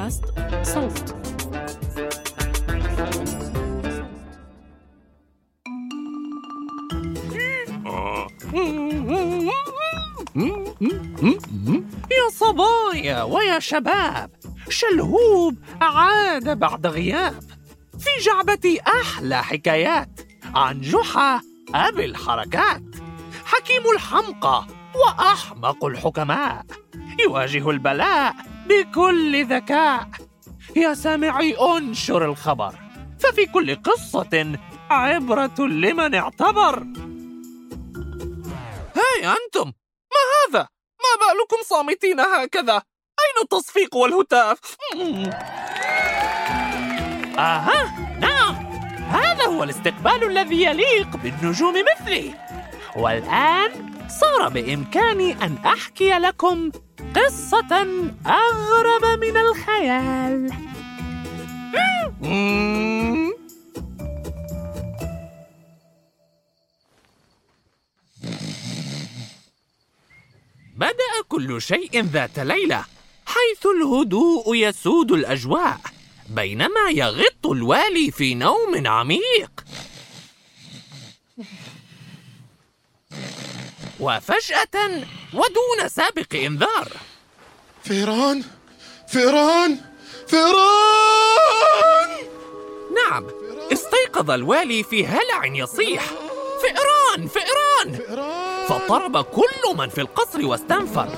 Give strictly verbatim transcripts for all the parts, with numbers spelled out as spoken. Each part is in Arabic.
بودكاست صوت. يا صبايا ويا شباب، شلهوب عاد بعد غياب. في جعبتي أحلى حكايات عن جحا أبي الحركات، حكيم الحمقى وأحمق الحكماء، يواجه البلاء بكل ذكاء. يا سامعي أنشر الخبر، ففي كل قصة عبرة لمن اعتبر. هاي أنتم، ما هذا؟ ما بالكم صامتين هكذا؟ أين التصفيق والهتاف؟ آها، نعم، هذا هو الاستقبال الذي يليق بالنجوم مثلي. والآن صار بإمكاني أن أحكي لكم قصة أغرب من الخيال. بدأ كل شيء ذات ليلة، حيث الهدوء يسود الأجواء، بينما يغط الوالي في نوم عميق. وفجأة ودون سابق إنذار، فئران فئران فئران! نعم، استيقظ الوالي في هلع يصيح: فئران فئران! فاضطرب كل من في القصر واستنفر.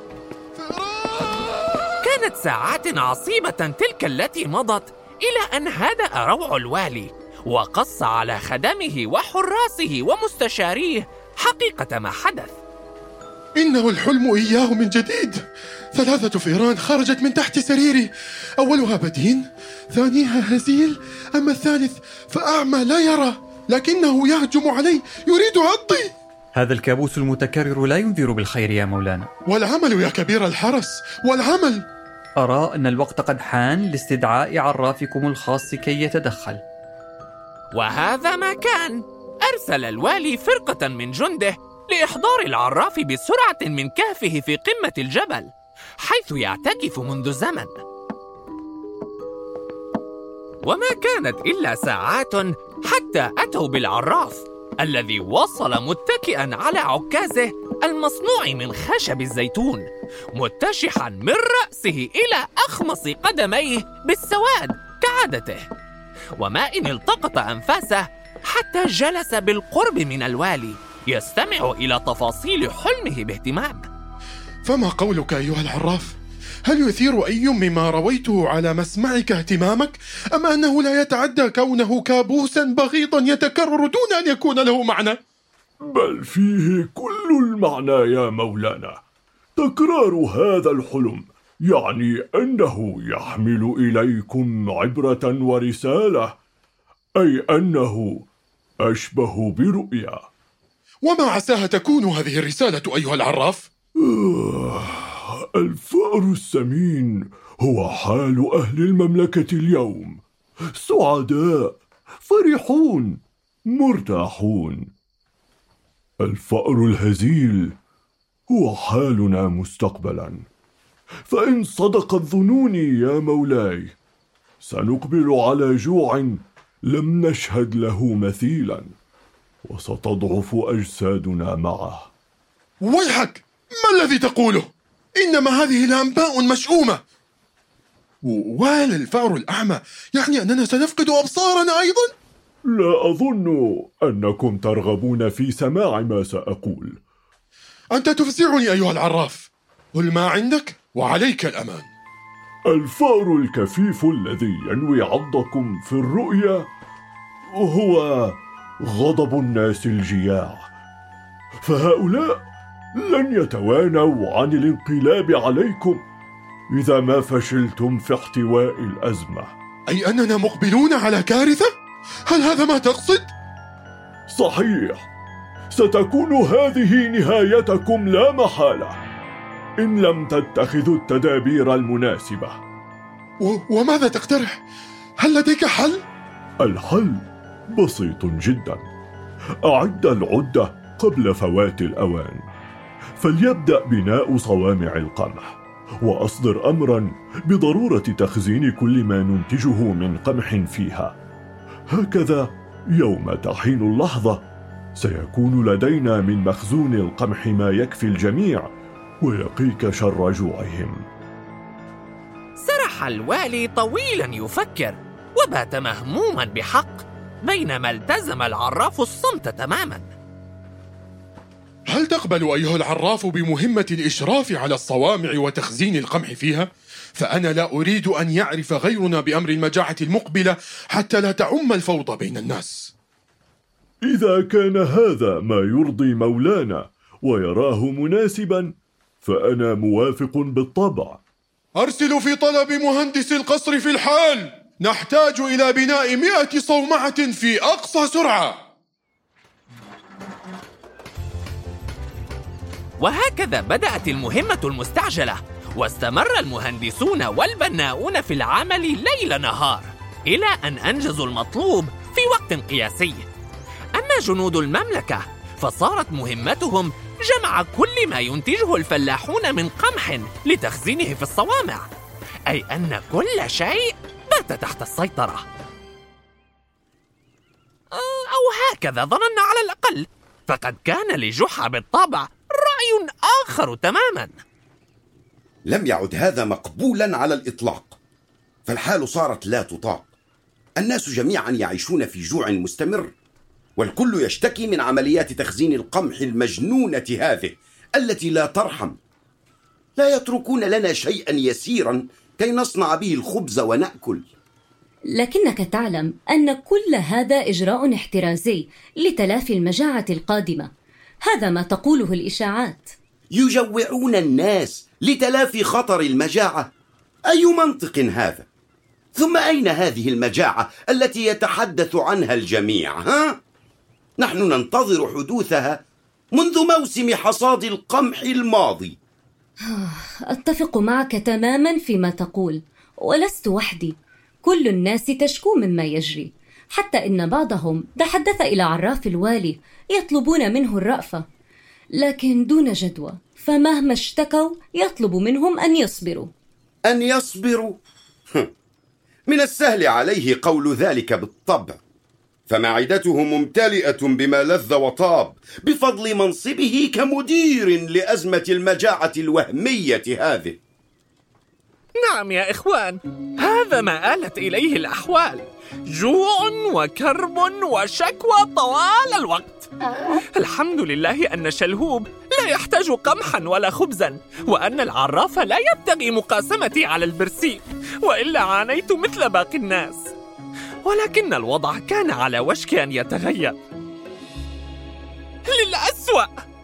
كانت ساعات عصيبة تلك التي مضت، إلى أن هدأ روع الوالي وقص على خدمه وحراسه ومستشاريه حقيقة ما حدث. إنه الحلم إياه من جديد. ثلاثة فئران خرجت من تحت سريري، أولها بدين، ثانيها هزيل، أما الثالث فأعمى لا يرى، لكنه يهجم علي يريد عضي. هذا الكابوس المتكرر لا ينذر بالخير يا مولانا. والعمل يا كبير الحرس، والعمل. أرى أن الوقت قد حان لاستدعاء عرافكم الخاص كي يتدخل. وهذا ما كان. أرسل الوالي فرقة من جنده لإحضار العراف بسرعة من كهفه في قمة الجبل، حيث يعتكف منذ زمن. وما كانت إلا ساعات حتى أتوا بالعراف، الذي وصل متكئا على عكازه المصنوع من خشب الزيتون، متشحا من رأسه إلى أخمص قدميه بالسواد كعادته. وما إن التقط أنفاسه حتى جلس بالقرب من الوالي يستمع إلى تفاصيل حلمه باهتمام. فما قولك أيها العراف؟ هل يثير أي مما رويته على مسمعك اهتمامك، أم أنه لا يتعدى كونه كابوسا بغيضا يتكرر دون أن يكون له معنى؟ بل فيه كل المعنى يا مولانا. تكرار هذا الحلم يعني أنه يحمل إليكم عبرة ورسالة، أي أنه أشبه برؤيا. وما عساها تكون هذه الرسالة أيها العراف؟ الفأر السمين هو حال أهل المملكة اليوم، سعداء، فرحون، مرتاحون. الفأر الهزيل هو حالنا مستقبلا، فإن صدقت ظنوني يا مولاي سنقبل على جوع لم نشهد له مثيلا، وستضعف أجسادنا معه. ويحك، ما الذي تقوله؟ إنما هذه الأنباء مشؤومة. وهل الفأر الأعمى يعني أننا سنفقد أبصارنا أيضا؟ لا أظن أنكم ترغبون في سماع ما سأقول. أنت تفزعني أيها العراف. قل ما عندك وعليك الأمان. الفأر الكفيف الذي ينوي عضكم في الرؤيا هو غضب الناس الجياع، فهؤلاء لن يتوانوا عن الانقلاب عليكم إذا ما فشلتم في احتواء الأزمة. أي أننا مقبلون على كارثة؟ هل هذا ما تقصد؟ صحيح، ستكون هذه نهايتكم لا محالة إن لم تتخذوا التدابير المناسبة. و... وماذا تقترح؟ هل لديك حل؟ الحل بسيط جدا. أعد العدة قبل فوات الأوان، فليبدأ بناء صوامع القمح، وأصدر أمرا بضرورة تخزين كل ما ننتجه من قمح فيها. هكذا يوم تحين اللحظة سيكون لدينا من مخزون القمح ما يكفي الجميع ويقيك شر جوعهم. سرح الوالي طويلا يفكر وبات مهموما بحق، بينما التزم العراف الصمت تماما. هل تقبل أيها العراف بمهمة الإشراف على الصوامع وتخزين القمح فيها؟ فأنا لا أريد أن يعرف غيرنا بأمر المجاعة المقبلة حتى لا تعم الفوضى بين الناس. إذا كان هذا ما يرضي مولانا ويراه مناسبا فأنا موافق بالطبع. أرسل في طلب مهندس القصر في الحال، نحتاج إلى بناء مئة صومعة في أقصى سرعة. وهكذا بدأت المهمة المستعجلة، واستمر المهندسون والبناؤون في العمل ليل نهار إلى أن أنجزوا المطلوب في وقت قياسي. أما جنود المملكة فصارت مهمتهم جمع كل ما ينتجه الفلاحون من قمح لتخزينه في الصوامع، أي أن كل شيء بات تحت السيطرة، أو هكذا ظننا على الأقل، فقد كان لجحا بالطبع رأي آخر تماما. لم يعد هذا مقبولا على الإطلاق، فالحال صارت لا تطاق. الناس جميعا يعيشون في جوع مستمر، والكل يشتكي من عمليات تخزين القمح المجنونة هذه التي لا ترحم. لا يتركون لنا شيئا يسيرا كي نصنع به الخبز ونأكل. لكنك تعلم أن كل هذا إجراء احترازي لتلافي المجاعة القادمة. هذا ما تقوله الإشاعات. يجوعون الناس لتلافي خطر المجاعة؟ أي منطق هذا؟ ثم أين هذه المجاعة التي يتحدث عنها الجميع؟ ها؟ نحن ننتظر حدوثها منذ موسم حصاد القمح الماضي. أتفق معك تماما فيما تقول، ولست وحدي. كل الناس تشكو مما يجري، حتى إن بعضهم تحدث إلى عراف الوالي يطلبون منه الرأفة، لكن دون جدوى، فمهما اشتكوا يطلب منهم أن يصبروا. أن يصبروا؟ من السهل عليه قول ذلك بالطبع، فمعدته ممتلئة بما لذ وطاب بفضل منصبه كمدير لأزمة المجاعة الوهمية هذه. نعم يا إخوان، هذا ما آلت إليه الأحوال، جوع وكرب وشكوى طوال الوقت. الحمد لله أن شلهوب لا يحتاج قمحا ولا خبزا، وأن العراف لا يبتغي مقاسمتي على البرسيم، وإلا عانيت مثل باقي الناس. ولكن الوضع كان على وشك أن يتغير للأسوأ.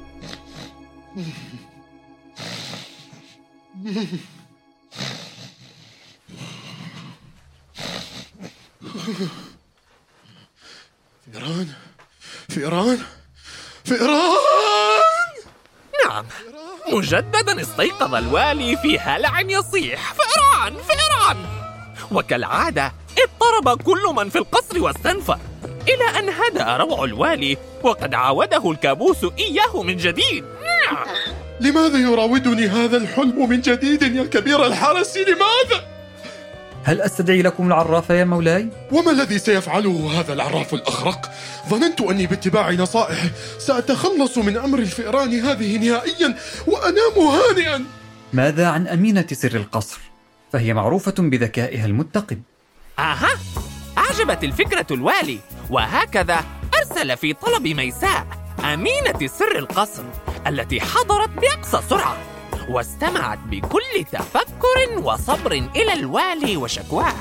فئران فئران فئران نعم، مجددا استيقظ الوالي في هلع يصيح: فئران فئران! وكالعادة اضطرب كل من في القصر واستنفر، إلى أن هدأ روع الوالي وقد عاوده الكابوس إياه من جديد. لماذا يراودني هذا الحلم من جديد يا كبير الحرس؟ لماذا؟ هل أستدعي لكم العراف يا مولاي؟ وما الذي سيفعله هذا العراف الأخرق؟ ظننت أني باتباع نصائحه سأتخلص من أمر الفئران هذه نهائيا وأنام هانئا. ماذا عن أمينة سر القصر؟ فهي معروفة بذكائها المتقن. آها، أعجبت الفكرة الوالي، وهكذا أرسل في طلب ميساء أمينة سر القصر التي حضرت بأقصى سرعة واستمعت بكل تفكر وصبر إلى الوالي وشكواه.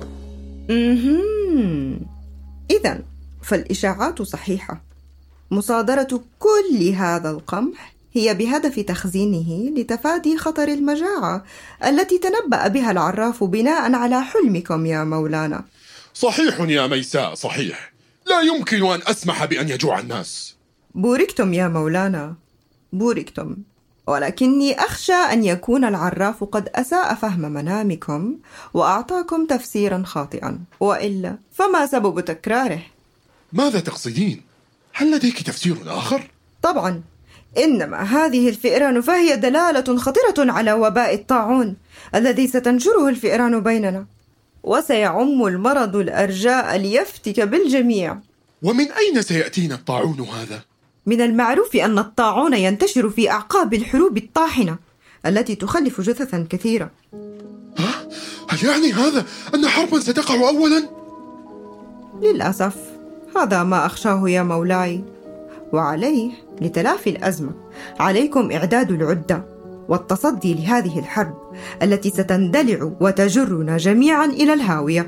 إذن فالإشاعات صحيحة. مصادرة كل هذا القمح هي بهدف تخزينه لتفادي خطر المجاعة التي تنبأ بها العراف بناء على حلمكم يا مولانا. صحيح يا ميساء، صحيح. لا يمكن أن أسمح بأن يجوع الناس. بوركتم يا مولانا، بوركتم. ولكني أخشى أن يكون العراف قد أساء فهم منامكم وأعطاكم تفسيرا خاطئا، وإلا فما سبب تكراره؟ ماذا تقصدين؟ هل لديك تفسير آخر؟ طبعا، إنما هذه الفئران فهي دلالة خطيرة على وباء الطاعون الذي ستنشره الفئران بيننا، وسيعم المرض الأرجاء ليفتك بالجميع. ومن أين سيأتينا الطاعون هذا؟ من المعروف أن الطاعون ينتشر في أعقاب الحروب الطاحنة التي تخلف جثثا كثيرة. ها؟ هل يعني هذا أن حربا ستقع أولا؟ للأسف هذا ما أخشاه يا مولاي، وعليه لتلافي الأزمة عليكم إعداد العدة والتصدي لهذه الحرب التي ستندلع وتجرنا جميعا إلى الهاوية.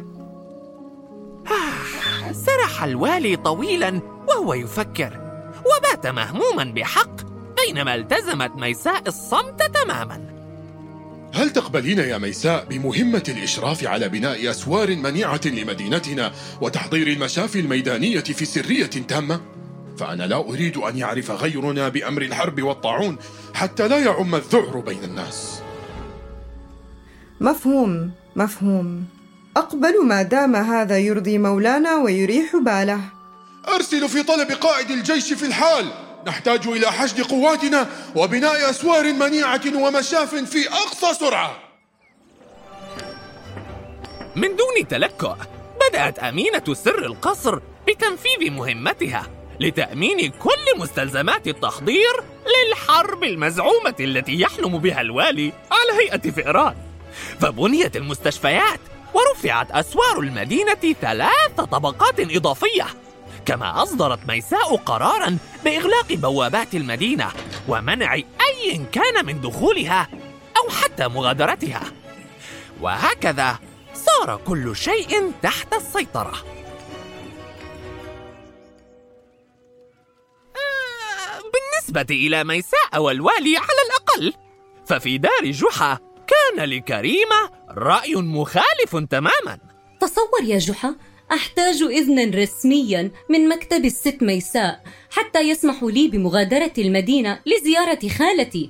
سرح الوالي طويلا وهو يفكر، وبات مهموما بحق، بينما التزمت ميساء الصمت تماما. هل تقبلين يا ميساء بمهمة الإشراف على بناء أسوار منيعة لمدينتنا وتحضير المشافي الميدانية في سرية تامة؟ فأنا لا أريد أن يعرف غيرنا بأمر الحرب والطاعون حتى لا يعم الذعر بين الناس. مفهوم مفهوم أقبل ما دام هذا يرضي مولانا ويريح باله. أرسل في طلب قائد الجيش في الحال، نحتاج إلى حشد قواتنا وبناء أسوار منيعة ومشاف في أقصى سرعة. من دون تلكؤ بدأت أمينة سر القصر بتنفيذ مهمتها لتأمين كل مستلزمات التحضير للحرب المزعومة التي يحلم بها الوالي على هيئة فئران. فبنيت المستشفيات ورفعت أسوار المدينة ثلاث طبقات إضافية، كما أصدرت ميساء قراراً بإغلاق بوابات المدينة ومنع أي كان من دخولها أو حتى مغادرتها. وهكذا صار كل شيء تحت السيطرة. بالنسبة إلى ميساء والوالي على الأقل، ففي دار جحا كان لكريمة رأي مخالف تماماً. تصور يا جحا، أحتاج إذنا رسميا من مكتب الست ميساء حتى يسمحوا لي بمغادرة المدينة لزيارة خالتي.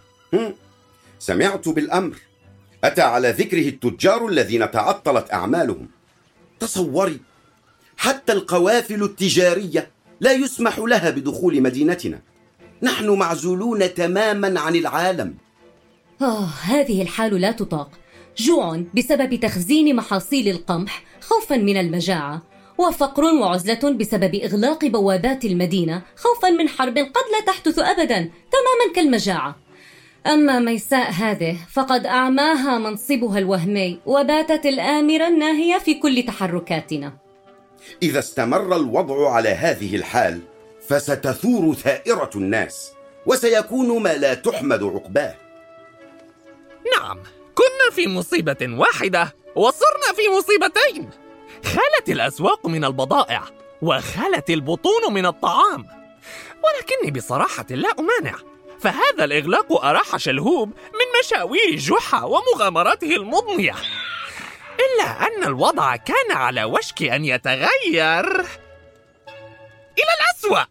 سمعت بالأمر، أتى على ذكره التجار الذين تعطلت أعمالهم. تصوري، حتى القوافل التجارية لا يسمح لها بدخول مدينتنا، نحن معزولون تماما عن العالم. آه، هذه الحال لا تطاق. جوع بسبب تخزين محاصيل القمح خوفا من المجاعة، وفقر وعزلة بسبب إغلاق بوابات المدينة خوفا من حرب قد لا تحدث أبدا تماما كالمجاعة. أما ميساء هذه فقد أعماها منصبها الوهمي، وباتت الآمرة الناهية في كل تحركاتنا. إذا استمر الوضع على هذه الحال فستثور ثائرة الناس، وسيكون ما لا تحمد عقباه. نعم، كنا في مصيبة واحدة وصرنا في مصيبتين. خلت الأسواق من البضائع وخلت البطون من الطعام. ولكني بصراحة لا أمانع، فهذا الإغلاق أراح شلهوب من مشاوير جحا ومغامراته المضنية، إلا أن الوضع كان على وشك أن يتغير إلى الأسوأ.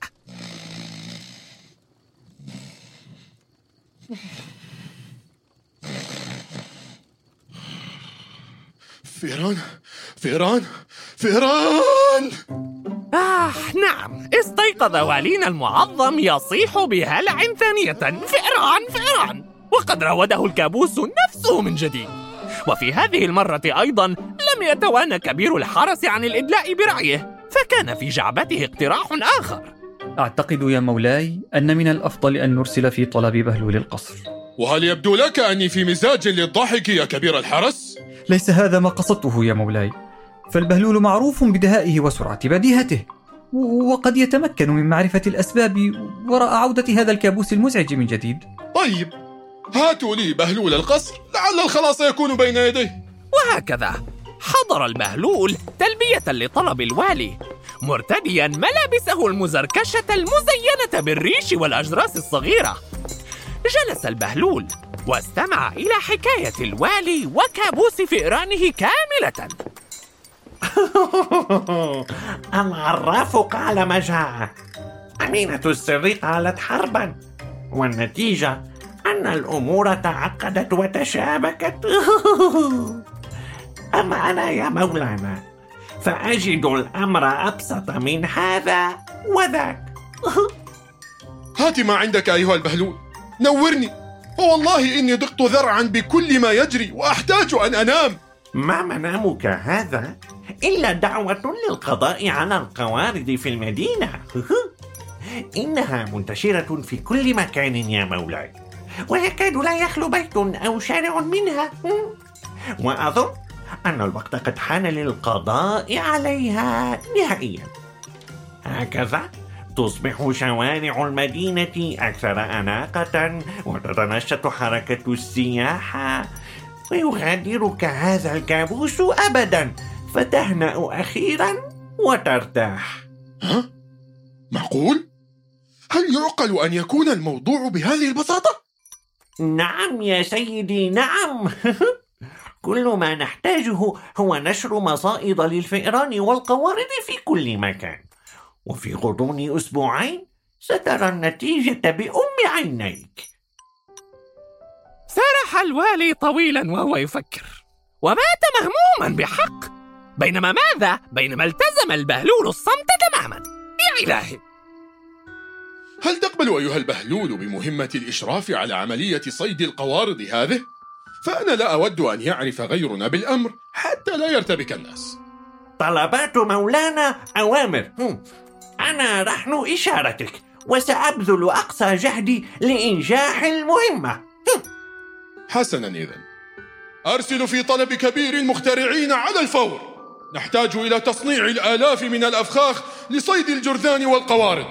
فئران فئران فئران آه نعم، استيقظ والينا المعظم يصيح بهلع ثانية: فئران فئران، وقد راوده الكابوس نفسه من جديد. وفي هذه المرة أيضا لم يتوانى كبير الحرس عن الإدلاء برأيه، فكان في جعبته اقتراح آخر. أعتقد يا مولاي أن من الأفضل أن نرسل في طلب بهلول القصر. وهل يبدو لك أني في مزاج للضحك يا كبير الحرس؟ ليس هذا ما قصدته يا مولاي، فالبهلول معروف بدهائه وسرعة بديهته، وقد يتمكن من معرفة الأسباب وراء عودة هذا الكابوس المزعج من جديد. طيب، هاتوا لي بهلول القصر، لعل الخلاص يكون بين يديه. وهكذا حضر البهلول تلبية لطلب الوالي، مرتديا ملابسه المزركشة المزينة بالريش والأجراس الصغيرة. جلس البهلول واستمع إلى حكاية الوالي وكابوس فئرانه كاملة. العراف قال مجاعة، أمينة السر قالت حربا، والنتيجة أن الأمور تعقدت وتشابكت. أما أنا يا مولانا فأجد الأمر أبسط من هذا وذاك. هات ما عندك أيها البهلول، نورني، فوالله إني ضقت ذرعا بكل ما يجري وأحتاج أن أنام. ما منامك هذا إلا دعوة للقضاء على القوارض في المدينة. إنها منتشرة في كل مكان يا مولاي، ويكاد لا يخلو بيت أو شارع منها، وأظن أن الوقت قد حان للقضاء عليها نهائيا. هكذا تصبح شوارع المدينة أكثر أناقة، وتتنشط حركة السياحة، ويغادرك هذا الكابوس أبدا، فتهنأ أخيرا وترتاح. ها؟ معقول؟ هل يعقل أن يكون الموضوع بهذه البساطة؟ نعم يا سيدي، نعم. كل ما نحتاجه هو نشر مصائد للفئران والقوارض في كل مكان، وفي غضون أسبوعين سترى النتيجة بأم عينيك. سرح الوالي طويلا وهو يفكر، ومات مهموما بحق. بينما ماذا؟ بينما التزم البهلول الصمت تماما. يا إلهي! هل تقبل أيها البهلول بمهمة الإشراف على عملية صيد القوارض هذه؟ فأنا لا أود أن يعرف غيرنا بالأمر حتى لا يرتبك الناس. طلبات مولانا أوامر. أنا رهن إشارتك، وسأبذل أقصى جهدي لإنجاح المهمة. حسنا، إذن أرسل في طلب كبير المخترعين على الفور. نحتاج إلى تصنيع الآلاف من الأفخاخ لصيد الجرذان والقوارض.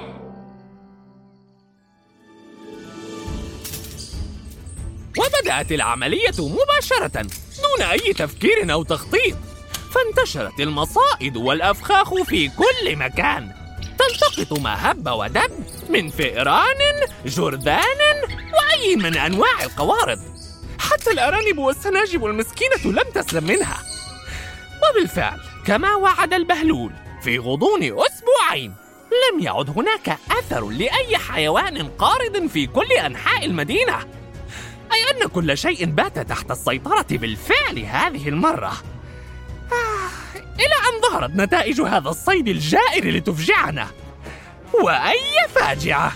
وبدأت العملية مباشرة دون أي تفكير أو تخطيط، فانتشرت المصائد والأفخاخ في كل مكان، تلتقط ما هب ودب من فئران، جرذان، وأي من أنواع القوارض. حتى الأرانب والسناجب المسكينة لم تسلم منها. وبالفعل كما وعد البهلول، في غضون أسبوعين لم يعد هناك أثر لأي حيوان قارض في كل أنحاء المدينة، أي أن كل شيء بات تحت السيطرة بالفعل هذه المرة. آه، إلى أن ظهرت نتائج هذا الصيد الجائر لتفجعنا. وأي فاجعة!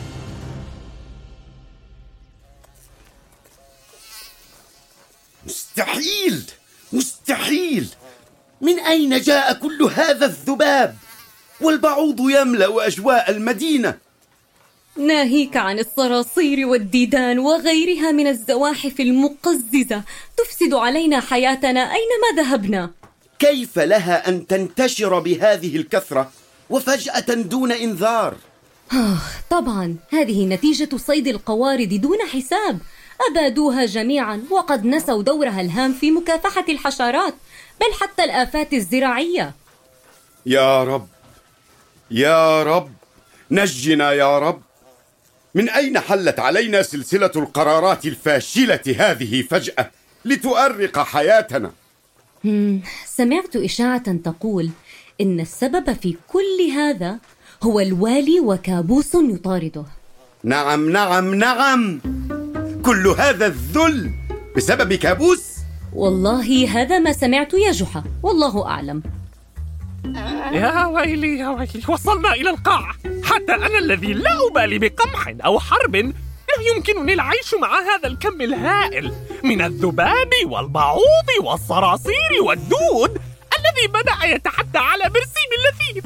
مستحيل مستحيل! من أين جاء كل هذا الذباب؟ والبعوض يملأ أجواء المدينة. ناهيك عن الصراصير والديدان وغيرها من الزواحف المقززة تفسد علينا حياتنا أينما ذهبنا. كيف لها أن تنتشر بهذه الكثرة وفجأة دون إنذار؟ آه، طبعا هذه نتيجة صيد القوارض دون حساب. أبادوها جميعا، وقد نسوا دورها الهام في مكافحة الحشرات، بل حتى الآفات الزراعية. يا رب يا رب نجنا يا رب. من أين حلت علينا سلسلة القرارات الفاشلة هذه فجأة لتؤرق حياتنا؟ سمعت إشاعة تقول إن السبب في كل هذا هو الوالي وكابوس يطارده. نعم نعم نعم، كل هذا الذل بسبب كابوس؟ والله هذا ما سمعت يا جحا، والله أعلم. يا ويلي يا ويلي، وصلنا إلى القاع. حتى أنا الذي لا أبالي بقمح أو حرب لا يمكنني العيش مع هذا الكم الهائل من الذباب والبعوض والصراصير والدود الذي بدأ يتحدى على برسيم اللذيذ.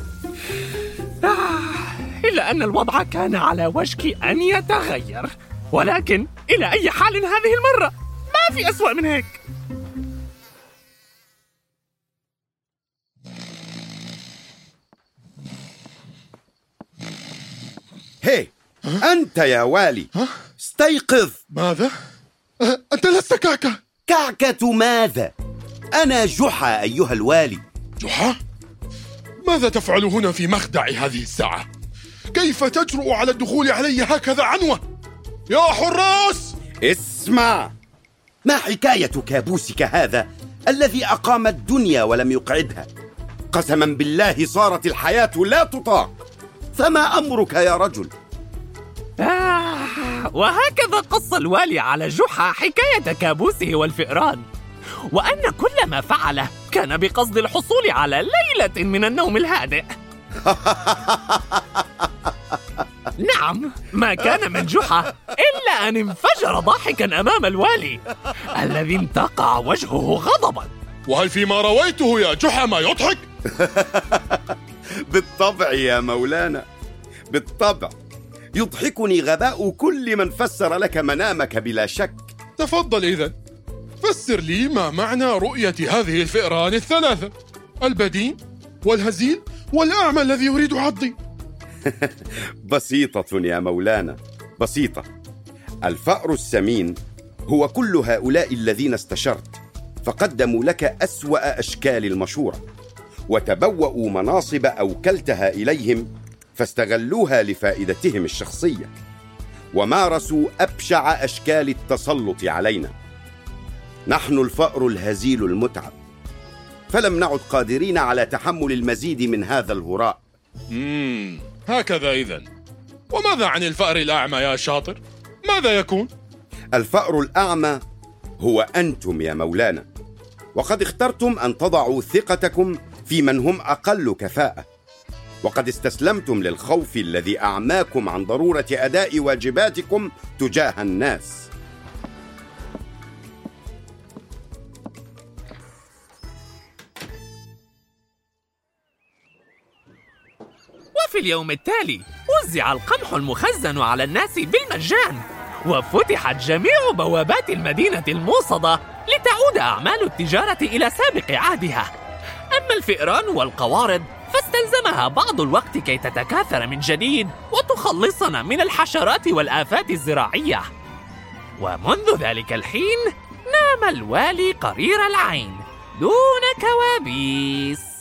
آه، إلا أن الوضع كان على وشك أن يتغير، ولكن إلى أي حال هذه المرة؟ ما في أسوأ من هيك. هي أنت يا والي، استيقظ. ماذا؟ أه، أنت لست كعكة. كعكة ماذا؟ أنا جحا أيها الوالي. جحا؟ ماذا تفعل هنا في مخدع هذه الساعة؟ كيف تجرؤ على الدخول علي هكذا عنوة؟ يا حراس! اسمع، ما حكاية كابوسك هذا الذي أقام الدنيا ولم يقعدها؟ قسما بالله صارت الحياة لا تطاق، فما أمرك يا رجل؟ آه، وهكذا قص الوالي على جحا حكاية كابوسه والفئران، وأن كل ما فعله كان بقصد الحصول على ليلة من النوم الهادئ. نعم، ما كان من جحا إلا أن انفجر ضاحكا أمام الوالي الذي انتقع وجهه غضبا. وهل فيما رويته يا جحا ما يضحك؟ بالطبع يا مولانا، بالطبع يضحكني غباء كل من فسر لك منامك بلا شك. تفضل إذن، فسر لي ما معنى رؤية هذه الفئران الثلاثة، البدين والهزيل والأعمى الذي يريد عضي. بسيطة يا مولانا، بسيطة. الفأر السمين هو كل هؤلاء الذين استشرت، فقدموا لك أسوأ أشكال المشورة، وتبوأوا مناصب أوكلتها إليهم فاستغلوها لفائدتهم الشخصية، ومارسوا أبشع أشكال التسلط علينا. نحن الفأر الهزيل المتعب، فلم نعد قادرين على تحمل المزيد من هذا الهراء. مم. هكذا إذن. وماذا عن الفأر الأعمى يا شاطر؟ ماذا يكون؟ الفأر الأعمى هو أنتم يا مولانا، وقد اخترتم أن تضعوا ثقتكم في من هم أقل كفاءة، وقد استسلمتم للخوف الذي أعماكم عن ضرورة أداء واجباتكم تجاه الناس. وفي اليوم التالي وزع القمح المخزن على الناس بالمجان، وفتحت جميع بوابات المدينة الموصدة لتعود أعمال التجارة إلى سابق عهدها. أما الفئران والقوارض فاستلزمها بعض الوقت كي تتكاثر من جديد وتخلصنا من الحشرات والآفات الزراعية. ومنذ ذلك الحين نام الوالي قرير العين دون كوابيس.